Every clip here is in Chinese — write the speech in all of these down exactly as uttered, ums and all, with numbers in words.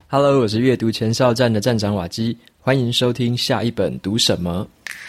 Hello， 我是阅读前哨站的站长瓦基，欢迎收听下一本读什么。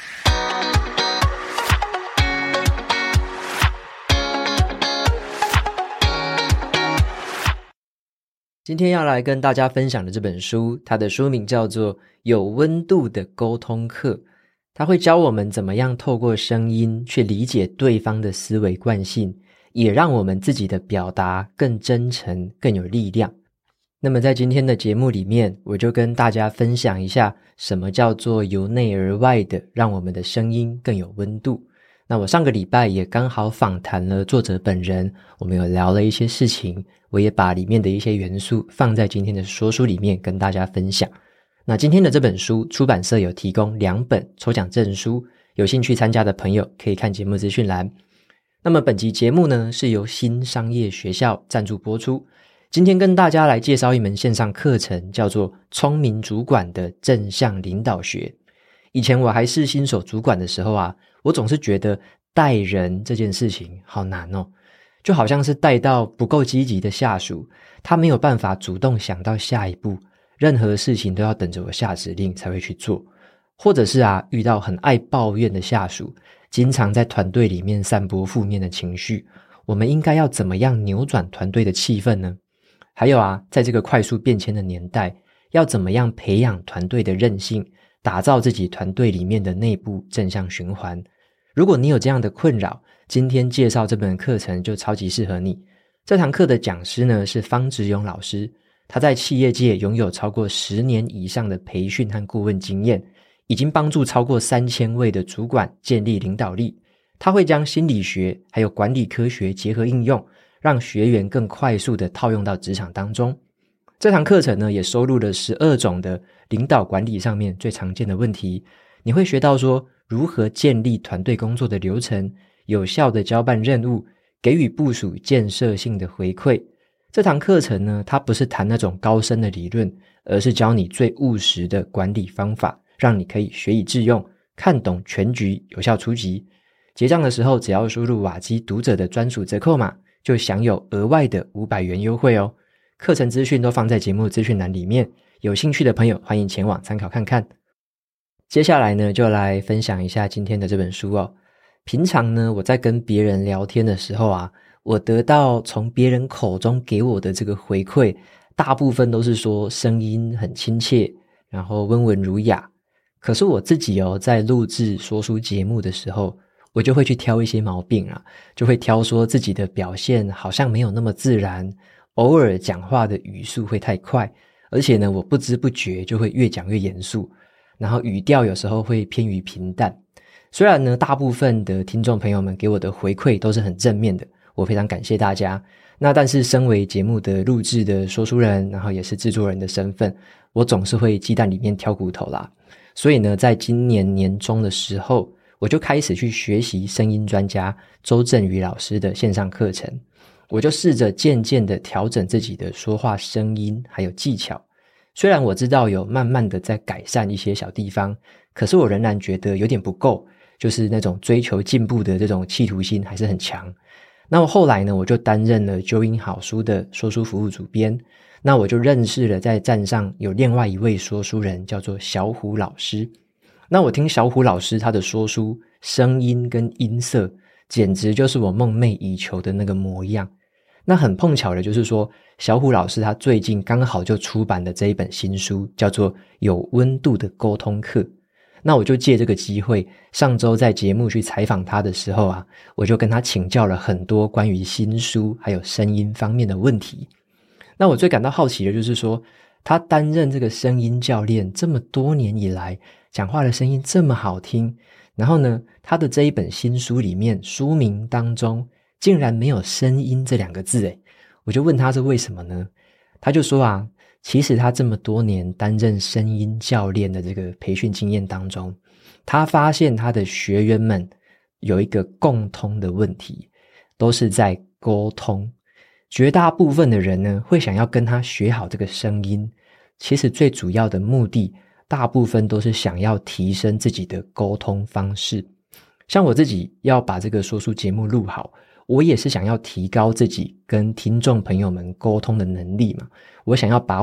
今天要来跟大家分享的这本书，它的书名叫做《有温度的沟通课》，它会教我们怎么样透过声音去理解对方的思维惯性，也让我们自己的表达更真诚、更有力量。那么在今天的节目里面，我就跟大家分享一下什么叫做由内而外的让我们的声音更有温度。那我上个礼拜也刚好访谈了作者本人，我们有聊了一些事情，我也把里面的一些元素放在今天的说书里面跟大家分享。那今天的这本书出版社有提供两本抽奖证书，有兴趣参加的朋友可以看节目资讯栏。那么本集节目呢是由新商业学校赞助播出，今天跟大家来介绍一门线上课程，叫做聪明主管的正向领导学。以前我还是新手主管的时候啊，我总是觉得带人这件事情好难哦，就好像是带到不够积极的下属，他没有办法主动想到下一步，任何事情都要等着我下指令才会去做。或者是啊，遇到很爱抱怨的下属，经常在团队里面散播负面的情绪，我们应该要怎么样扭转团队的气氛呢？还有啊，在这个快速变迁的年代，要怎么样培养团队的韧性，打造自己团队里面的内部正向循环。如果你有这样的困扰，今天介绍这本课程就超级适合你。这堂课的讲师呢是方志勇老师，他在企业界拥有超过十年以上的培训和顾问经验，已经帮助超过三千位的主管建立领导力。他会将心理学还有管理科学结合应用，让学员更快速的套用到职场当中。这堂课程呢也收录了十二种的领导管理上面最常见的问题，你会学到说如何建立团队工作的流程，有效的交办任务，给予部属建设性的回馈。这堂课程呢，它不是谈那种高深的理论，而是教你最务实的管理方法，让你可以学以致用，看懂全局，有效出击。结账的时候只要输入瓦基读者的专属折扣码，就享有额外的五百元优惠哦。课程资讯都放在节目资讯栏里面，有兴趣的朋友欢迎前往参考看看。接下来呢，就来分享一下今天的这本书哦。平常呢，我在跟别人聊天的时候啊，我得到从别人口中给我的这个回馈，大部分都是说声音很亲切，然后温文儒雅。可是我自己哦，在录制说书节目的时候，我就会去挑一些毛病啊，就会挑说自己的表现好像没有那么自然，偶尔讲话的语速会太快，而且呢，我不知不觉就会越讲越严肃，然后语调有时候会偏于平淡。虽然呢，大部分的听众朋友们给我的回馈都是很正面的，我非常感谢大家。那但是身为节目的录制的说书人，然后也是制作人的身份，我总是会鸡蛋里面挑骨头啦。所以呢，在今年年中的时候，我就开始去学习声音专家周振宇老师的线上课程。我就试着渐渐的调整自己的说话声音还有技巧。虽然我知道有慢慢的在改善一些小地方，可是我仍然觉得有点不够，就是那种追求进步的这种企图心还是很强。那我后来呢，我就担任了纠音好书的说书服务主编。那我就认识了在站上有另外一位说书人，叫做小虎老师。那我听小虎老师他的说书声音跟音色，简直就是我梦寐以求的那个模样。那很碰巧的就是说，小虎老师他最近刚好就出版的这一本新书，叫做《有温度的沟通课》。那我就借这个机会，上周在节目去采访他的时候啊，我就跟他请教了很多关于新书还有声音方面的问题。那我最感到好奇的就是说，他担任这个声音教练这么多年以来，讲话的声音这么好听，然后呢，他的这一本新书里面书名当中竟然没有声音这两个字诶，我就问他是为什么呢？他就说啊，其实他这么多年担任声音教练的这个培训经验当中，他发现他的学员们有一个共通的问题，都是在沟通。绝大部分的人呢，会想要跟他学好这个声音，其实最主要的目的，大部分都是想要提升自己的沟通方式。像我自己要把这个说书节目录好，我也是想要提高自己跟听众朋友们沟通的能力嘛。我想要把我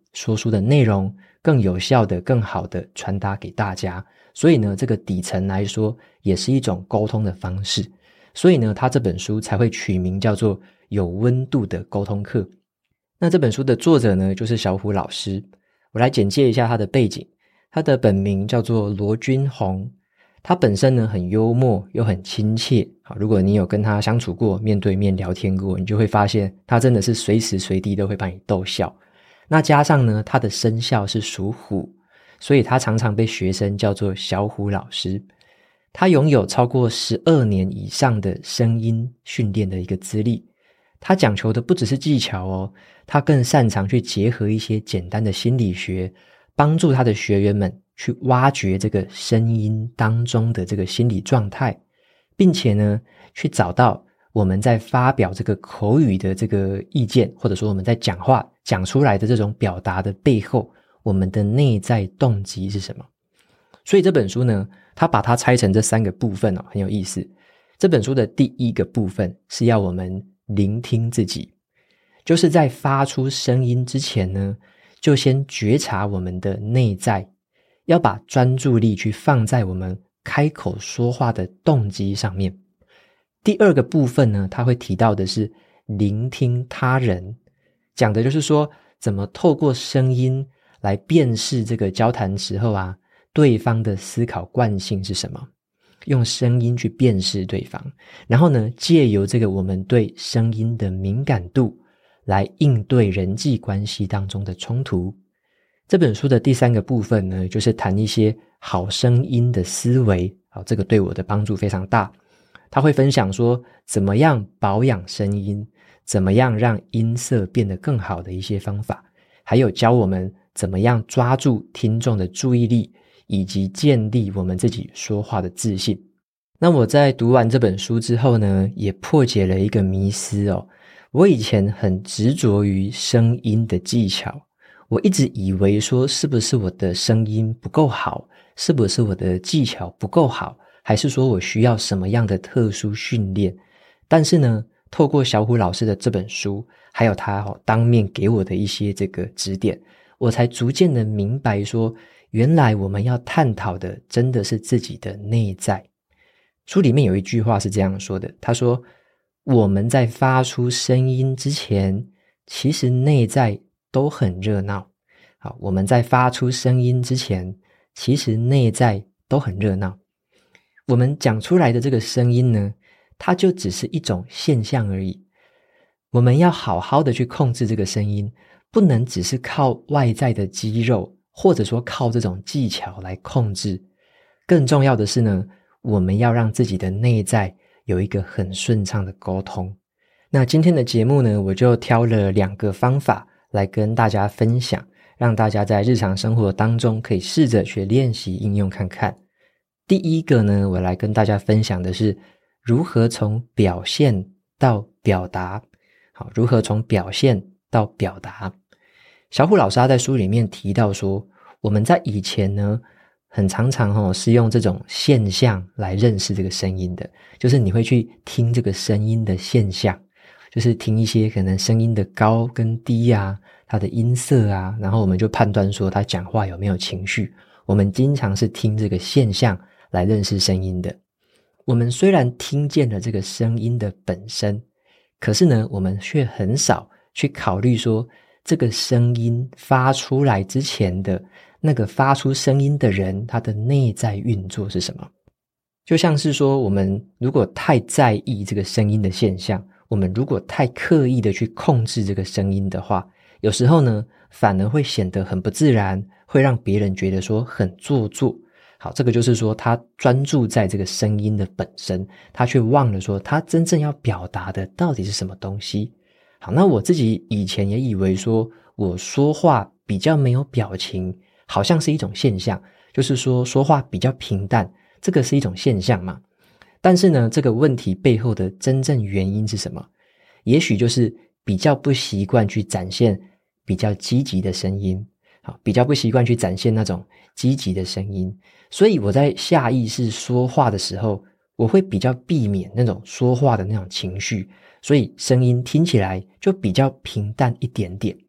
说书的内容更有效的、更好的传达给大家。所以呢，这个底层来说也是一种沟通的方式。所以呢，他这本书才会取名叫做有温度的沟通课。那这本书的作者呢，就是小虎老师。我来简介一下他的背景。他的本名叫做罗君宏，他本身呢很幽默又很亲切。好，如果你有跟他相处过，面对面聊天过，你就会发现他真的是随时随地都会把你逗笑。那加上呢，他的生肖是属虎，所以他常常被学生叫做小虎老师。他拥有超过十二年以上的声音训练的一个资历。他讲求的不只是技巧哦，他更擅长去结合一些简单的心理学，帮助他的学员们去挖掘这个声音当中的这个心理状态，并且呢，去找到我们在发表这个口语的这个意见，或者说我们在讲话讲出来的这种表达的背后，我们的内在动机是什么。所以这本书呢，他把它拆成这三个部分哦，很有意思。这本书的第一个部分是要我们聆听自己，就是在发出声音之前呢，就先觉察我们的内在，要把专注力去放在我们开口说话的动机上面。第二个部分呢，他会提到的是聆听他人，讲的就是说怎么透过声音来辨识这个交谈时候啊，对方的思考惯性是什么，用声音去辨识对方，然后呢，借由这个我们对声音的敏感度来应对人际关系当中的冲突。这本书的第三个部分呢，就是谈一些好声音的思维，好，这个对我的帮助非常大。他会分享说怎么样保养声音，怎么样让音色变得更好的一些方法，还有教我们怎么样抓住听众的注意力，以及建立我们自己说话的自信。那我在读完这本书之后呢，也破解了一个迷思哦。我以前很执着于声音的技巧，我一直以为说是不是我的声音不够好，是不是我的技巧不够好，还是说我需要什么样的特殊训练。但是呢，透过小虎老师的这本书，还有他、哦、当面给我的一些这个指点，我才逐渐的明白说，原来我们要探讨的真的是自己的内在。书里面有一句话是这样说的，他说我们在发出声音之前，其实内在都很热闹。好，我们在发出声音之前，其实内在都很热闹。我们讲出来的这个声音呢，它就只是一种现象而已。我们要好好的去控制这个声音，不能只是靠外在的肌肉，或者说靠这种技巧来控制。更重要的是呢，我们要让自己的内在有一个很顺畅的沟通。那今天的节目呢，我就挑了两个方法来跟大家分享，让大家在日常生活当中可以试着去练习应用看看。第一个呢，我来跟大家分享的是如何从表现到表达。好，如何从表现到表达。小虎老师他在书里面提到说，我们在以前呢，很常常哦是用这种现象来认识这个声音的，就是你会去听这个声音的现象，就是听一些可能声音的高跟低啊，它的音色啊，然后我们就判断说他讲话有没有情绪。我们经常是听这个现象来认识声音的。我们虽然听见了这个声音的本身，可是呢，我们却很少去考虑说这个声音发出来之前的那个发出声音的人，他的内在运作是什么。就像是说，我们如果太在意这个声音的现象，我们如果太刻意的去控制这个声音的话，有时候呢，反而会显得很不自然，会让别人觉得说很做作。好，这个就是说他专注在这个声音的本身，他却忘了说他真正要表达的到底是什么东西。好，那我自己以前也以为说我说话比较没有表情，好像是一种现象，就是说说话比较平淡，这个是一种现象嘛。但是呢，这个问题背后的真正原因是什么？也许就是比较不习惯去展现比较积极的声音，好，比较不习惯去展现那种积极的声音。所以我在下意识说话的时候，我会比较避免那种说话的那种情绪，所以声音听起来就比较平淡一点点。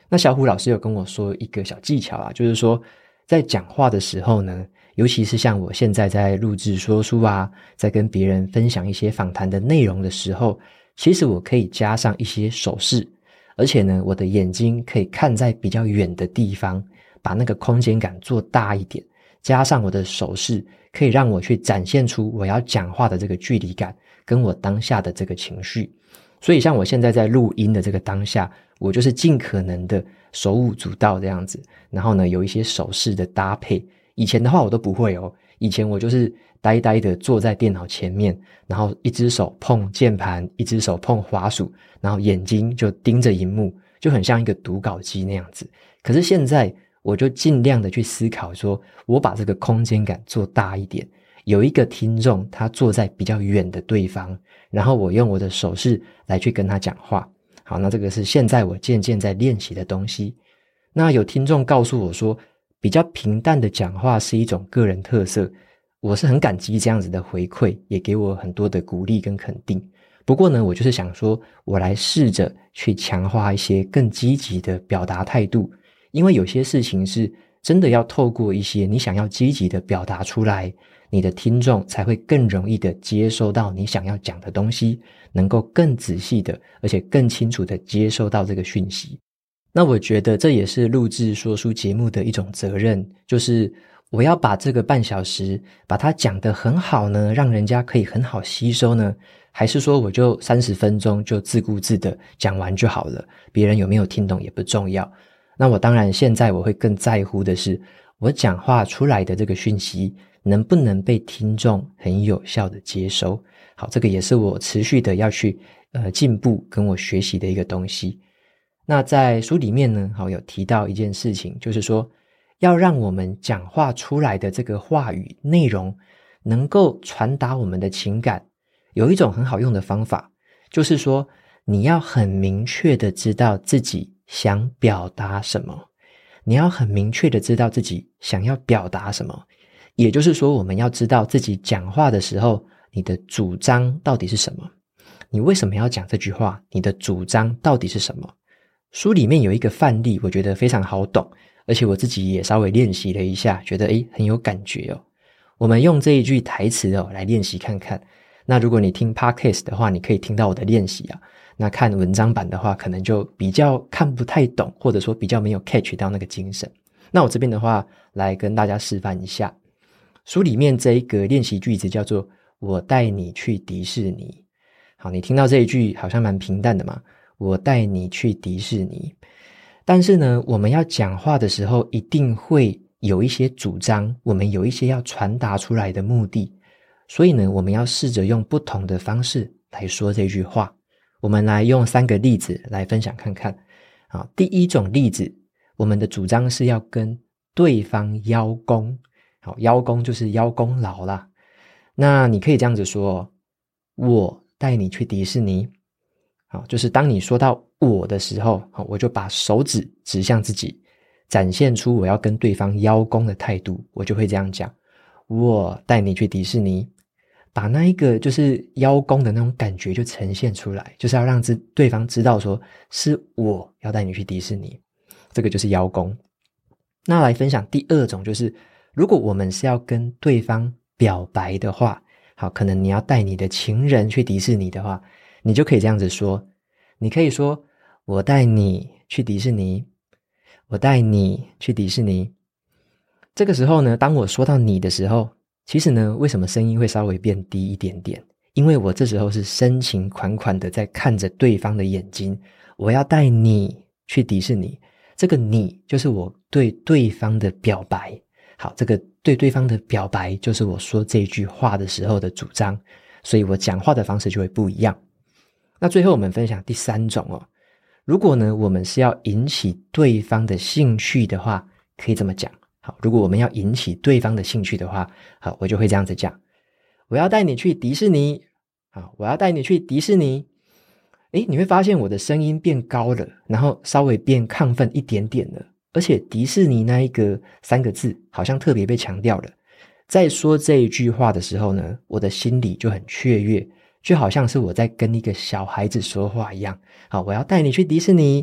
那小虎老师有跟我说一个小技巧啊，就是说在讲话的时候呢，尤其是像我现在在录制说书啊，在跟别人分享一些访谈的内容的时候，其实我可以加上一些手势，而且呢，我的眼睛可以看在比较远的地方，把那个空间感做大一点，加上我的手势可以让我去展现出我要讲话的这个距离感，跟我当下的这个情绪。所以像我现在在录音的这个当下，我就是尽可能的手舞足蹈这样子，然后呢有一些手势的搭配。以前的话我都不会哦，以前我就是呆呆的坐在电脑前面，然后一只手碰键盘，一只手碰滑鼠，然后眼睛就盯着荧幕，就很像一个读稿机那样子。可是现在我就尽量的去思考说，我把这个空间感做大一点，有一个听众他坐在比较远的对方，然后我用我的手势来去跟他讲话。好，那这个是现在我渐渐在练习的东西。那有听众告诉我说，比较平淡的讲话是一种个人特色，我是很感激这样子的回馈，也给我很多的鼓励跟肯定。不过呢，我就是想说，我来试着去强化一些更积极的表达态度，因为有些事情是真的要透过一些你想要积极的表达出来，你的听众才会更容易的接收到你想要讲的东西，能够更仔细的而且更清楚的接收到这个讯息。那我觉得这也是录制说书节目的一种责任，就是我要把这个半小时把它讲得很好呢，让人家可以很好吸收呢，还是说我就三十分钟就自顾自的讲完就好了，别人有没有听懂也不重要。那我当然现在我会更在乎的是，我讲话出来的这个讯息能不能被听众很有效的接收。好，这个也是我持续的要去呃进步跟我学习的一个东西。那在书里面呢，好有提到一件事情，就是说要让我们讲话出来的这个话语内容能够传达我们的情感，有一种很好用的方法，就是说你要很明确的知道自己想表达什么，你要很明确的知道自己想要表达什么，也就是说我们要知道自己讲话的时候，你的主张到底是什么，你为什么要讲这句话，你的主张到底是什么。书里面有一个范例，我觉得非常好懂，而且我自己也稍微练习了一下，觉得诶很有感觉哦。我们用这一句台词哦来练习看看。那如果你听 podcast 的话，你可以听到我的练习啊。那看文章版的话，可能就比较看不太懂，或者说比较没有 catch 到那个精神。那我这边的话，来跟大家示范一下。书里面这一个练习句子叫做“我带你去迪士尼”。好，你听到这一句好像蛮平淡的嘛。我带你去迪士尼，但是呢，我们要讲话的时候一定会有一些主张，我们有一些要传达出来的目的，所以呢，我们要试着用不同的方式来说这句话。我们来用三个例子来分享看看。好，第一种例子，我们的主张是要跟对方邀功。好，邀功就是邀功劳啦。那你可以这样子说，我带你去迪士尼。好，就是当你说到我的时候，我就把手指指向自己，展现出我要跟对方邀功的态度，我就会这样讲，我带你去迪士尼，把那一个就是邀功的那种感觉就呈现出来，就是要让对方知道说是我要带你去迪士尼，这个就是邀功。那来分享第二种，就是如果我们是要跟对方表白的话，好，可能你要带你的情人去迪士尼的话，你就可以这样子说，你可以说我带你去迪士尼，我带你去迪士尼。这个时候呢，当我说到你的时候，其实呢，为什么声音会稍微变低一点点？因为我这时候是深情款款的在看着对方的眼睛，我要带你去迪士尼，这个你就是我对对方的表白。好，这个对对方的表白就是我说这句话的时候的主张，所以我讲话的方式就会不一样。那最后我们分享第三种哦，如果呢我们是要引起对方的兴趣的话，可以这么讲。好，如果我们要引起对方的兴趣的话，好，我就会这样子讲，我要带你去迪士尼。好，我要带你去迪士尼。诶，你会发现我的声音变高了，然后稍微变亢奋一点点了，而且迪士尼那一个三个字好像特别被强调了。在说这一句话的时候呢，我的心里就很雀跃，就好像是我在跟一个小孩子说话一样。好，我要带你去迪士尼，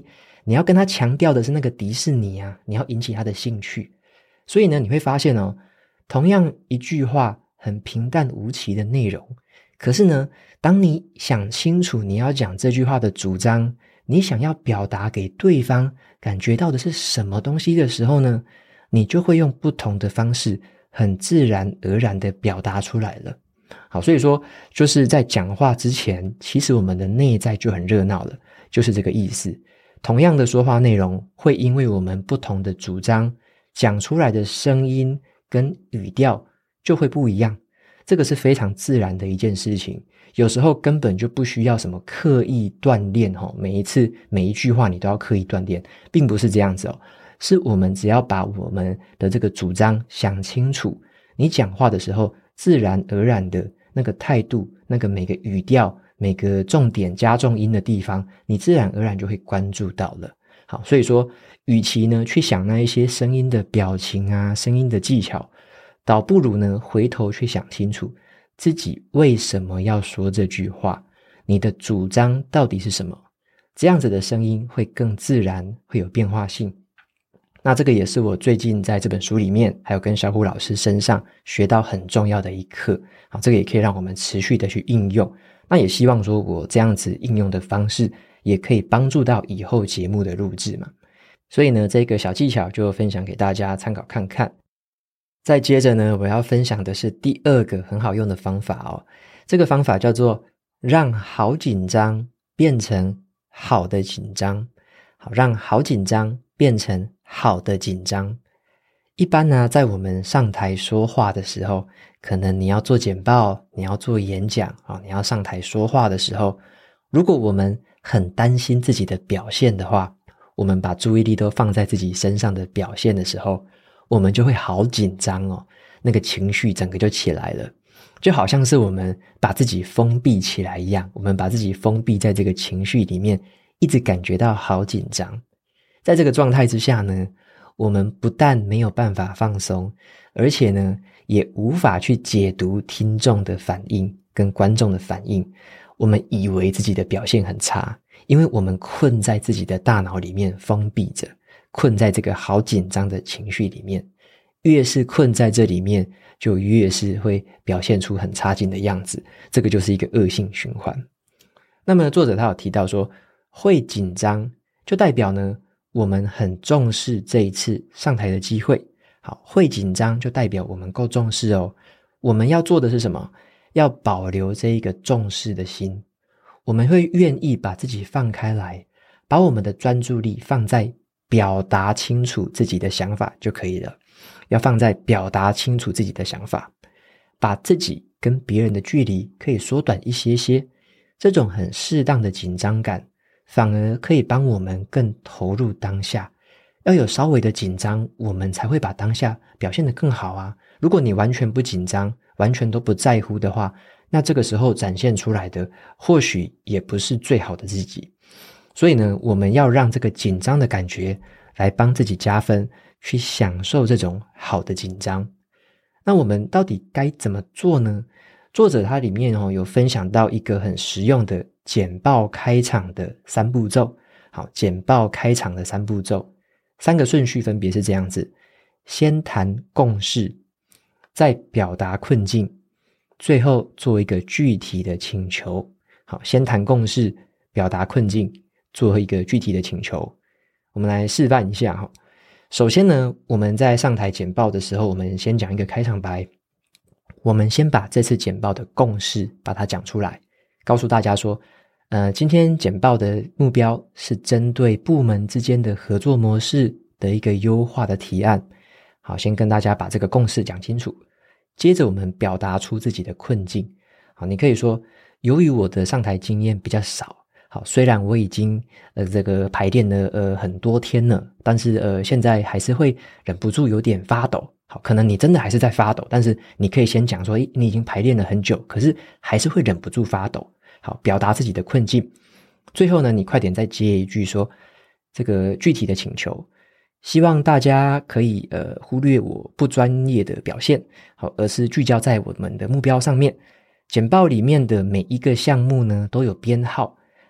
你要跟他强调的是那个迪士尼啊，你要引起他的兴趣。所以呢，你会发现哦，同样一句话很平淡无奇的内容，可是呢，当你想清楚你要讲这句话的主张，你想要表达给对方感觉到的是什么东西的时候呢，你就会用不同的方式很自然而然的表达出来了。好，所以说就是在讲话之前，其实我们的内在就很热闹了，就是这个意思。同样的说话内容，会因为我们不同的主张，讲出来的声音跟语调就会不一样。这个是非常自然的一件事情，有时候根本就不需要什么刻意锻炼哦，每一次每一句话你都要刻意锻炼，并不是这样子哦，是我们只要把我们的这个主张想清楚，你讲话的时候自然而然的那个态度，那个每个语调，每个重点加重音的地方，你自然而然就会关注到了。好，所以说与其呢去想那一些声音的表情啊，声音的技巧，倒不如呢回头去想清楚自己为什么要说这句话，你的主张到底是什么，这样子的声音会更自然，会有变化性。那这个也是我最近在这本书里面，还有跟小虎老师身上学到很重要的一课。好，这个也可以让我们持续的去应用。那也希望说我这样子应用的方式，也可以帮助到以后节目的录制嘛。所以呢，这个小技巧就分享给大家参考看看。再接着呢，我要分享的是第二个很好用的方法哦。这个方法叫做让好紧张变成好的紧张。好，让好紧张变成好的紧张。一般呢，在我们上台说话的时候，可能你要做简报，你要做演讲，你要上台说话的时候，如果我们很担心自己的表现的话，我们把注意力都放在自己身上的表现的时候，我们就会好紧张哦，那个情绪整个就起来了，就好像是我们把自己封闭起来一样，我们把自己封闭在这个情绪里面，一直感觉到好紧张。在这个状态之下呢，我们不但没有办法放松，而且呢，也无法去解读听众的反应跟观众的反应。我们以为自己的表现很差，因为我们困在自己的大脑里面封闭着，困在这个好紧张的情绪里面。越是困在这里面，就越是会表现出很差劲的样子，这个就是一个恶性循环。那么作者他有提到说，会紧张就代表呢，我们很重视这一次上台的机会。好，会紧张就代表我们够重视哦。我们要做的是什么？要保留这一个重视的心。我们会愿意把自己放开来，把我们的专注力放在表达清楚自己的想法就可以了。要放在表达清楚自己的想法，把自己跟别人的距离可以缩短一些些。这种很适当的紧张感，反而可以帮我们更投入当下。要有稍微的紧张，我们才会把当下表现得更好啊。如果你完全不紧张，完全都不在乎的话，那这个时候展现出来的或许也不是最好的自己。所以呢，我们要让这个紧张的感觉来帮自己加分，去享受这种好的紧张。那我们到底该怎么做呢？作者他里面哦有分享到一个很实用的简报开场的三步骤。好，简报开场的三步骤，三个顺序分别是这样子：先谈共识，再表达困境，最后做一个具体的请求。好，先谈共识，表达困境，做一个具体的请求。我们来示范一下哈。首先呢，我们在上台简报的时候，我们先讲一个开场白。我们先把这次简报的共识把它讲出来，告诉大家说，呃，今天简报的目标是针对部门之间的合作模式的一个优化的提案。好，先跟大家把这个共识讲清楚。接着我们表达出自己的困境。好，你可以说，由于我的上台经验比较少，好，虽然我已经呃这个排练了呃很多天了，但是呃现在还是会忍不住有点发抖。好，可能你真的还是在发抖，但是你可以先讲说，诶，你已经排练了很久，可是还是会忍不住发抖。好，表达自己的困境。最后呢，你快点再接一句说，这个具体的请求，希望大家可以呃忽略我不专业的表现，好，而是聚焦在我们的目标上面。简报里面的每一个项目呢都有编号，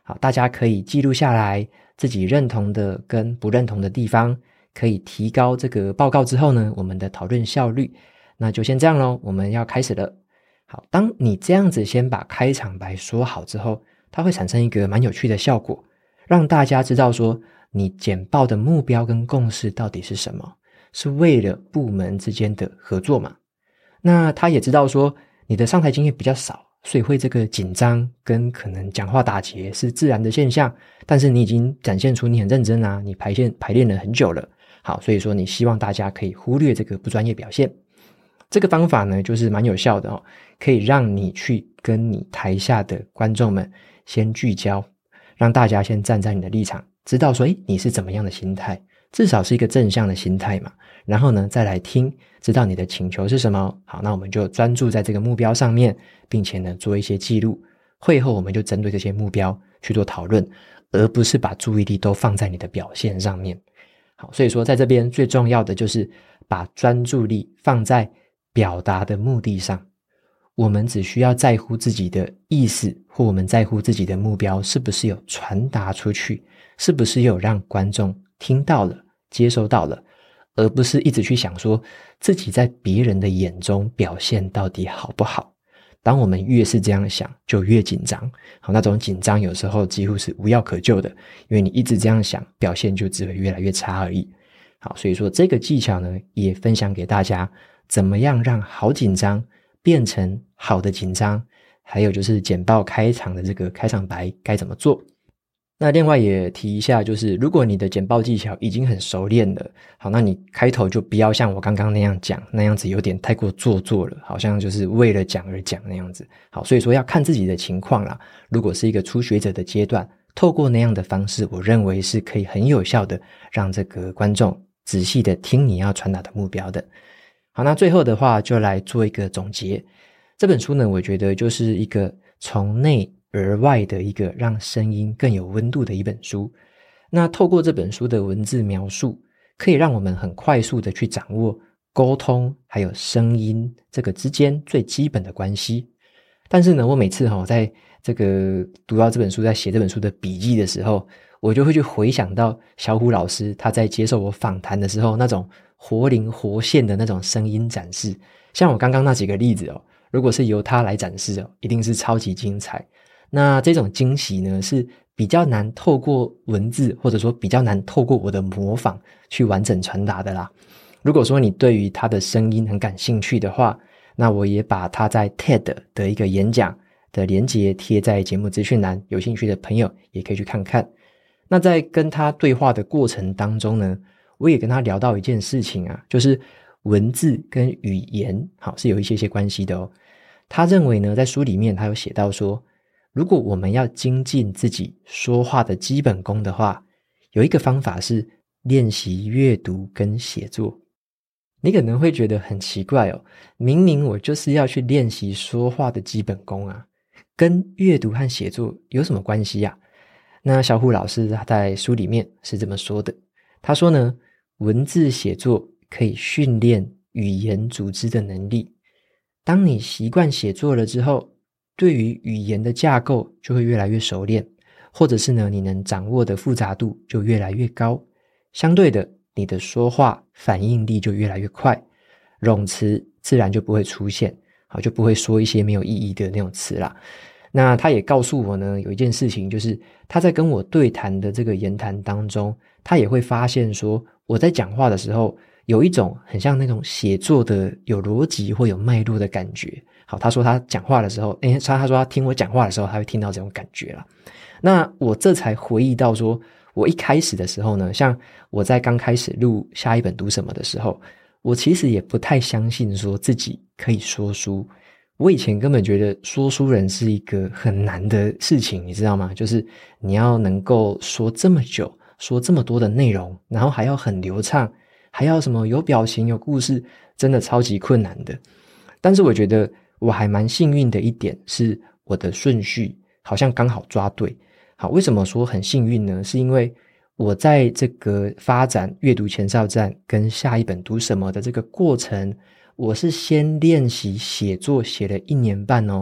好，大家可以记录下来自己认同的跟不认同的地方，可以提高这个报告之后呢，我们的讨论效率。那就先这样咯，我们要开始了。好，当你这样子先把开场白说好之后，它会产生一个蛮有趣的效果，让大家知道说你简报的目标跟共识到底是什么，是为了部门之间的合作嘛。那他也知道说你的上台经验比较少，所以会这个紧张跟可能讲话打结是自然的现象，但是你已经展现出你很认真啊，你排练排练了很久了。好，所以说你希望大家可以忽略这个不专业表现。这个方法呢就是蛮有效的哦，可以让你去跟你台下的观众们先聚焦，让大家先站在你的立场，知道说诶你是怎么样的心态，至少是一个正向的心态嘛。然后呢再来听，知道你的请求是什么。好，那我们就专注在这个目标上面，并且呢做一些记录。会后我们就针对这些目标去做讨论，而不是把注意力都放在你的表现上面。好，所以说在这边最重要的就是把专注力放在表达的目的上。我们只需要在乎自己的意思，或我们在乎自己的目标是不是有传达出去，是不是有让观众听到了接收到了，而不是一直去想说自己在别人的眼中表现到底好不好。当我们越是这样想就越紧张。好，那种紧张有时候几乎是无药可救的，因为你一直这样想，表现就只会越来越差而已。好，所以说这个技巧呢也分享给大家，怎么样让好紧张变成好的紧张，还有就是简报开场的这个开场白该怎么做。那另外也提一下，就是如果你的简报技巧已经很熟练了，好，那你开头就不要像我刚刚那样讲，那样子有点太过做作了，好像就是为了讲而讲那样子。好，所以说要看自己的情况啦。如果是一个初学者的阶段，透过那样的方式，我认为是可以很有效的让这个观众仔细的听你要传达的目标的。好，那最后的话就来做一个总结。这本书呢，我觉得就是一个从内而外的一个让声音更有温度的一本书。那透过这本书的文字描述，可以让我们很快速的去掌握沟通还有声音这个之间最基本的关系。但是呢，我每次齁在这个读到这本书，在写这本书的笔记的时候，我就会去回想到小虎老师他在接受我访谈的时候那种活灵活现的那种声音展示。像我刚刚那几个例子哦，如果是由他来展示哦，一定是超级精彩。那这种惊喜呢，是比较难透过文字，或者说比较难透过我的模仿去完整传达的啦。如果说你对于他的声音很感兴趣的话，那我也把他在 T E D 的一个演讲的连结贴在节目资讯栏，有兴趣的朋友也可以去看看。那在跟他对话的过程当中呢，我也跟他聊到一件事情啊，就是文字跟语言好是有一些些关系的哦。他认为呢，在书里面他有写到说，如果我们要精进自己说话的基本功的话，有一个方法是练习阅读跟写作。你可能会觉得很奇怪哦，明明我就是要去练习说话的基本功啊，跟阅读和写作有什么关系啊？那小虎老师他在书里面是这么说的，他说呢，文字写作可以训练语言组织的能力。当你习惯写作了之后，对于语言的架构就会越来越熟练，或者是呢，你能掌握的复杂度就越来越高。相对的，你的说话反应力就越来越快，冗词自然就不会出现，好，就不会说一些没有意义的那种词啦。那他也告诉我呢，有一件事情，就是他在跟我对谈的这个言谈当中，他也会发现说，我在讲话的时候有一种很像那种写作的有逻辑或有脉络的感觉。好，他说他讲话的时候，诶，他他说他听我讲话的时候，他会听到这种感觉啦。那我这才回忆到说，我一开始的时候呢，像我在刚开始录下一本读什么的时候，我其实也不太相信说自己可以说书。我以前根本觉得说书人是一个很难的事情，你知道吗？就是你要能够说这么久，说这么多的内容，然后还要很流畅，还要什么有表情有故事，真的超级困难的。但是我觉得我还蛮幸运的一点是，我的顺序好像刚好抓对。好，为什么说很幸运呢？是因为我在这个发展阅读前哨站跟下一本读什么的这个过程，我是先练习写作写了一年半哦，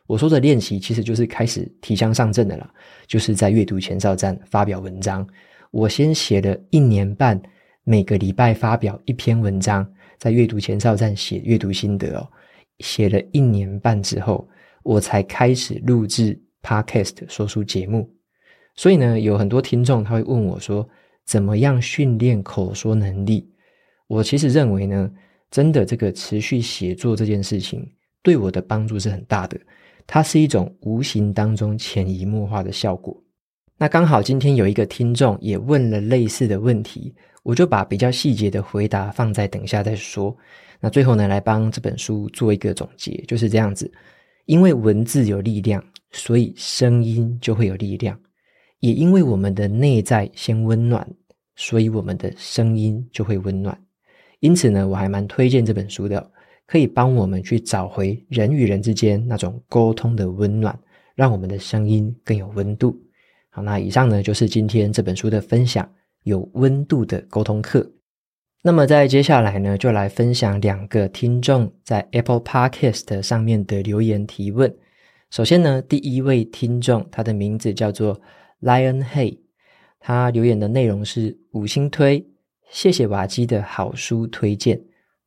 我说的练习其实就是开始提枪上阵的啦，就是在阅读前哨站发表文章。我先写了一年半，每个礼拜发表一篇文章，在阅读前哨站写阅读心得哦。写了一年半之后，我才开始录制 Podcast 说书节目。所以呢，有很多听众他会问我说，怎么样训练口说能力？我其实认为呢，真的这个持续写作这件事情对我的帮助是很大的，它是一种无形当中潜移默化的效果。那刚好今天有一个听众也问了类似的问题，我就把比较细节的回答放在等一下再说。那最后呢，来帮这本书做一个总结，就是这样子。因为文字有力量，所以声音就会有力量。也因为我们的内在先温暖，所以我们的声音就会温暖。因此呢，我还蛮推荐这本书的，可以帮我们去找回人与人之间那种沟通的温暖，让我们的声音更有温度。好，那以上呢就是今天这本书的分享，有温度的沟通课。那么在接下来呢，就来分享两个听众在 Apple Podcast 上面的留言提问。首先呢，第一位听众他的名字叫做 Lion Hey， 他留言的内容是五星推，谢谢瓦基的好书推荐，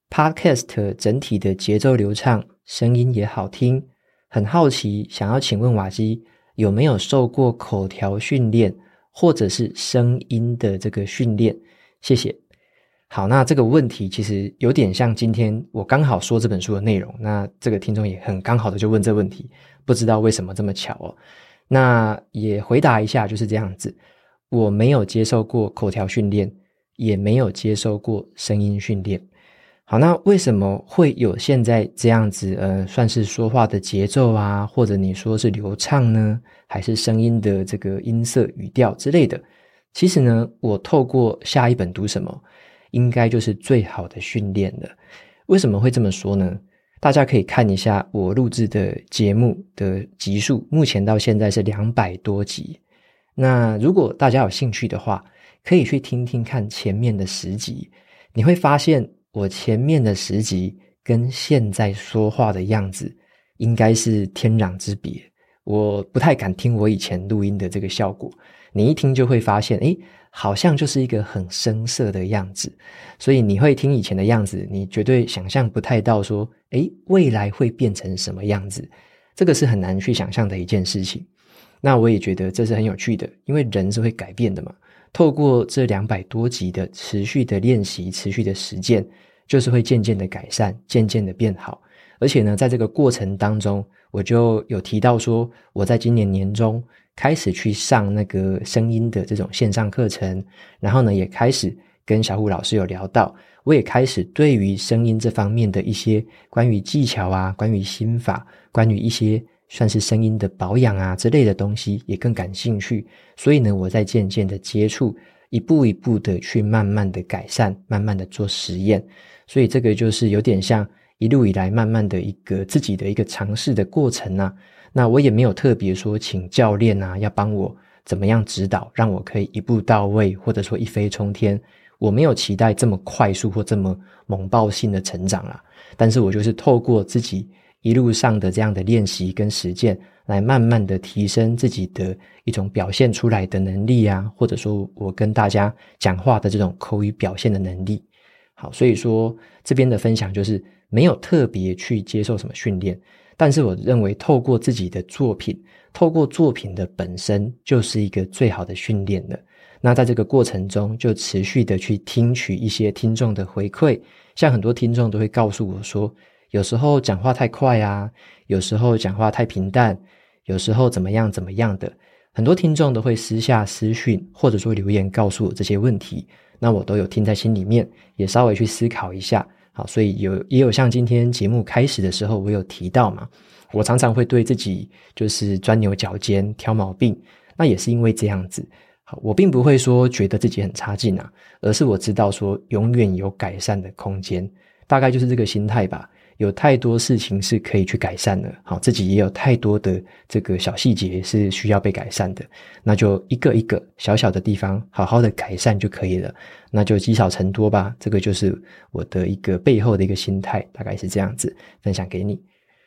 Podcast 整体的节奏流畅，声音也好听，很好奇想要请问瓦基有没有受过口条训练或者是声音的这个训练，谢谢。好，那这个问题其实有点像今天我刚好说这本书的内容，那这个听众也很刚好的就问这问题，不知道为什么这么巧哦。那也回答一下，就是这样子，我没有接受过口条训练，也没有接受过声音训练。好，那为什么会有现在这样子呃，算是说话的节奏啊，或者你说是流畅呢，还是声音的这个音色语调之类的？其实呢，我透过下一本读什么应该就是最好的训练了。为什么会这么说呢？大家可以看一下我录制的节目的集数，目前到现在是两百多集。那如果大家有兴趣的话，可以去听听看前面的十集，你会发现我前面的十集跟现在说话的样子应该是天壤之别。我不太敢听我以前录音的这个效果，你一听就会发现诶，好像就是一个很生涩的样子，所以你会听以前的样子，你绝对想象不太到说诶，未来会变成什么样子，这个是很难去想象的一件事情。那我也觉得这是很有趣的，因为人是会改变的嘛，透过这两百多集的持续的练习，持续的实践，就是会渐渐的改善，渐渐的变好。而且呢，在这个过程当中，我就有提到说，我在今年年中开始去上那个声音的这种线上课程，然后呢，也开始跟小虎老师有聊到，我也开始对于声音这方面的一些关于技巧啊，关于心法，关于一些算是声音的保养啊之类的东西也更感兴趣。所以呢，我在渐渐的接触，一步一步的去慢慢的改善，慢慢的做实验。所以这个就是有点像一路以来慢慢的一个自己的一个尝试的过程啊。那我也没有特别说请教练啊要帮我怎么样指导，让我可以一步到位，或者说一飞冲天。我没有期待这么快速或这么猛爆性的成长啦，但是我就是透过自己一路上的这样的练习跟实践，来慢慢的提升自己的一种表现出来的能力啊，或者说我跟大家讲话的这种口语表现的能力。好，所以说这边的分享就是没有特别去接受什么训练，但是我认为透过自己的作品，透过作品的本身就是一个最好的训练了。那在这个过程中就持续的去听取一些听众的回馈，像很多听众都会告诉我说，有时候讲话太快啊，有时候讲话太平淡，有时候怎么样怎么样的，很多听众都会私下私讯或者说留言告诉我这些问题，那我都有听在心里面，也稍微去思考一下。好，所以有也有像今天节目开始的时候我有提到嘛，我常常会对自己就是钻牛角尖挑毛病，那也是因为这样子。好，我并不会说觉得自己很差劲啊，而是我知道说永远有改善的空间，大概就是这个心态吧。有太多事情是可以去改善的，好，自己也有太多的这个小细节是需要被改善的，那就一个一个小小的地方好好的改善就可以了，那就积少成多吧。这个就是我的一个背后的一个心态，大概是这样子分享给你。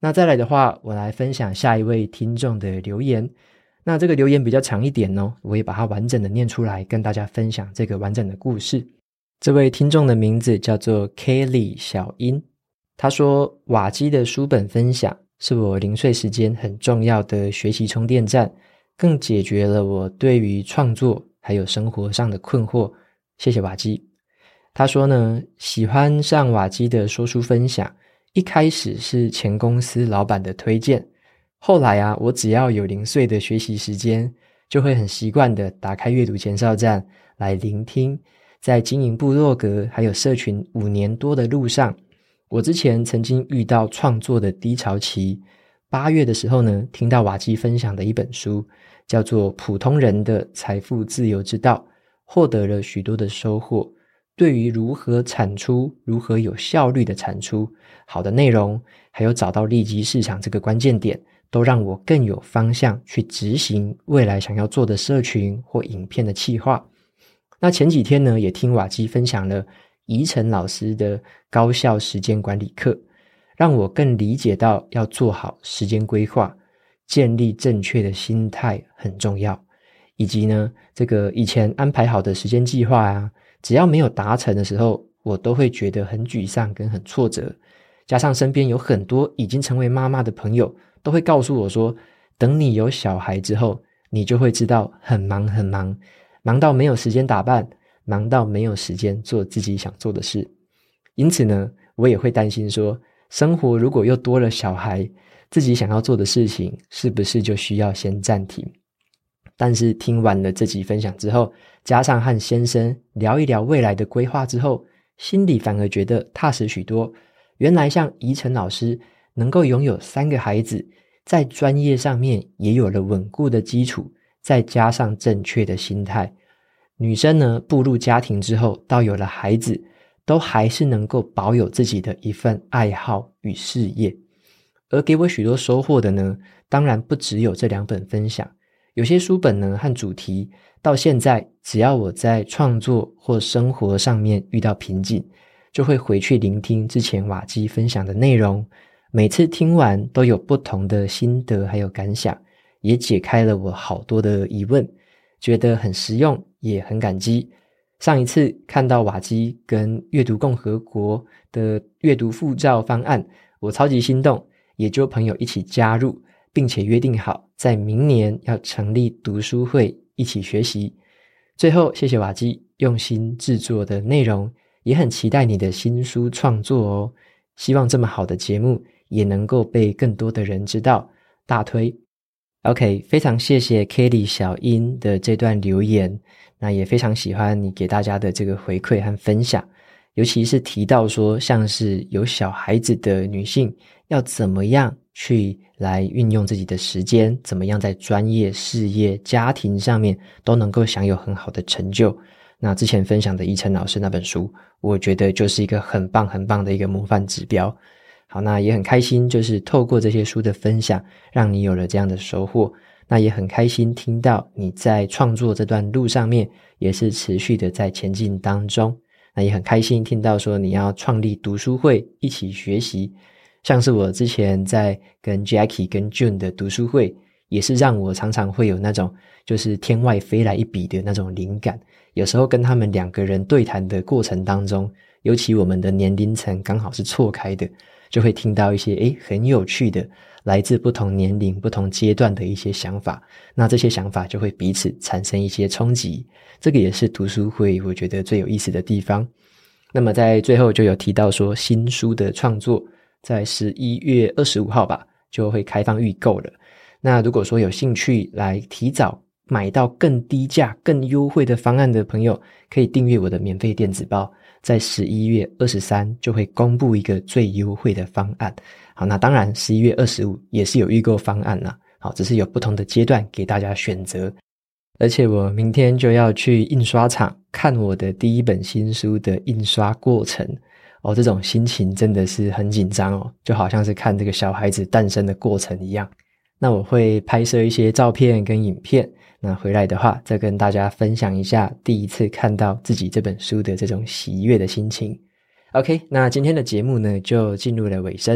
那再来的话，我来分享下一位听众的留言。那这个留言比较长一点哦，我也把它完整的念出来，跟大家分享这个完整的故事。这位听众的名字叫做 Kelly 小英，他说瓦基的书本分享是我零碎时间很重要的学习充电站，更解决了我对于创作还有生活上的困惑，谢谢瓦基。他说呢，喜欢上瓦基的说书分享，一开始是前公司老板的推荐，后来啊，我只要有零碎的学习时间，就会很习惯的打开阅读前哨站来聆听。在经营部落格还有社群五年多的路上，我之前曾经遇到创作的低潮期。八月的时候呢，听到瓦基分享的一本书，叫做《普通人的财富自由之道》，获得了许多的收获。对于如何产出，如何有效率的产出好的内容，还有找到利基市场这个关键点，都让我更有方向去执行未来想要做的社群或影片的企划。那前几天呢，也听瓦基分享了宜晨老师的高效时间管理课，让我更理解到要做好时间规划，建立正确的心态很重要，以及呢，这个以前安排好的时间计划啊，只要没有达成的时候，我都会觉得很沮丧跟很挫折。加上身边有很多已经成为妈妈的朋友，都会告诉我说，等你有小孩之后，你就会知道很忙很忙，忙到没有时间打扮，忙到没有时间做自己想做的事。因此呢，我也会担心说，生活如果又多了小孩，自己想要做的事情是不是就需要先暂停？但是听完了这集分享之后，加上和先生聊一聊未来的规划之后，心里反而觉得踏实许多。原来像宜晨老师能够拥有三个孩子，在专业上面也有了稳固的基础，再加上正确的心态。女生呢，步入家庭之后，到有了孩子，都还是能够保有自己的一份爱好与事业。而给我许多收获的呢，当然不只有这两本分享，有些书本呢和主题，到现在只要我在创作或生活上面遇到瓶颈，就会回去聆听之前瓦基分享的内容，每次听完都有不同的心得还有感想，也解开了我好多的疑问，觉得很实用，也很感激。上一次看到瓦基跟阅读共和国的阅读附照方案，我超级心动，也揪朋友一起加入，并且约定好在明年要成立读书会一起学习。最后谢谢瓦基用心制作的内容，也很期待你的新书创作哦。希望这么好的节目也能够被更多的人知道，大推。OK， 非常谢谢 Kelly 小英的这段留言，那也非常喜欢你给大家的这个回馈和分享，尤其是提到说像是有小孩子的女性要怎么样去来运用自己的时间，怎么样在专业、事业、家庭上面都能够享有很好的成就。那之前分享的宜晨老师那本书，我觉得就是一个很棒很棒的一个模范指标。好，那也很开心，就是透过这些书的分享，让你有了这样的收获。那也很开心听到你在创作这段路上面也是持续的在前进当中。那也很开心听到说你要创立读书会一起学习，像是我之前在跟 Jackie 跟 June 的读书会，也是让我常常会有那种就是天外飞来一笔的那种灵感。有时候跟他们两个人对谈的过程当中，尤其我们的年龄层刚好是错开的，就会听到一些诶很有趣的来自不同年龄不同阶段的一些想法，那这些想法就会彼此产生一些冲击，这个也是读书会我觉得最有意思的地方。那么在最后就有提到说新书的创作在十一月二十五号吧就会开放预购了，那如果说有兴趣来提早买到更低价更优惠的方案的朋友，可以订阅我的免费电子报，在十一月二十三就会公布一个最优惠的方案。好，那当然十一月二十五也是有预购方案啦，好，只是有不同的阶段给大家选择。而且我明天就要去印刷厂看我的第一本新书的印刷过程哦，这种心情真的是很紧张哦，就好像是看这个小孩子诞生的过程一样。那我会拍摄一些照片跟影片，那回来的话再跟大家分享一下第一次看到自己这本书的这种喜悦的心情。OK， 那今天的节目呢就进入了尾声。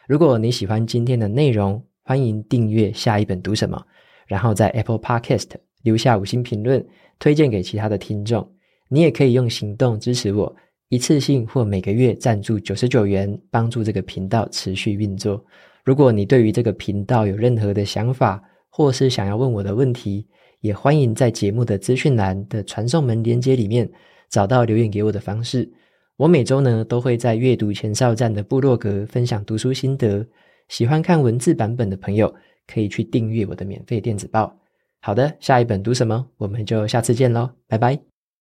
如果你喜欢今天的内容，欢迎订阅下一本读什么，然后在 Apple Podcast 留下五星评论，推荐给其他的听众。你也可以用行动支持我，一次性或每个月赞助九十九元，帮助这个频道持续运作。如果你对于这个频道有任何的想法，或是想要问我的问题，也欢迎在节目的资讯栏的传送门连结里面找到留言给我的方式。我每周呢都会在阅读前哨站的部落格分享读书心得，喜欢看文字版本的朋友可以去订阅我的免费电子报。好的，下一本读什么？我们就下次见咯，拜拜。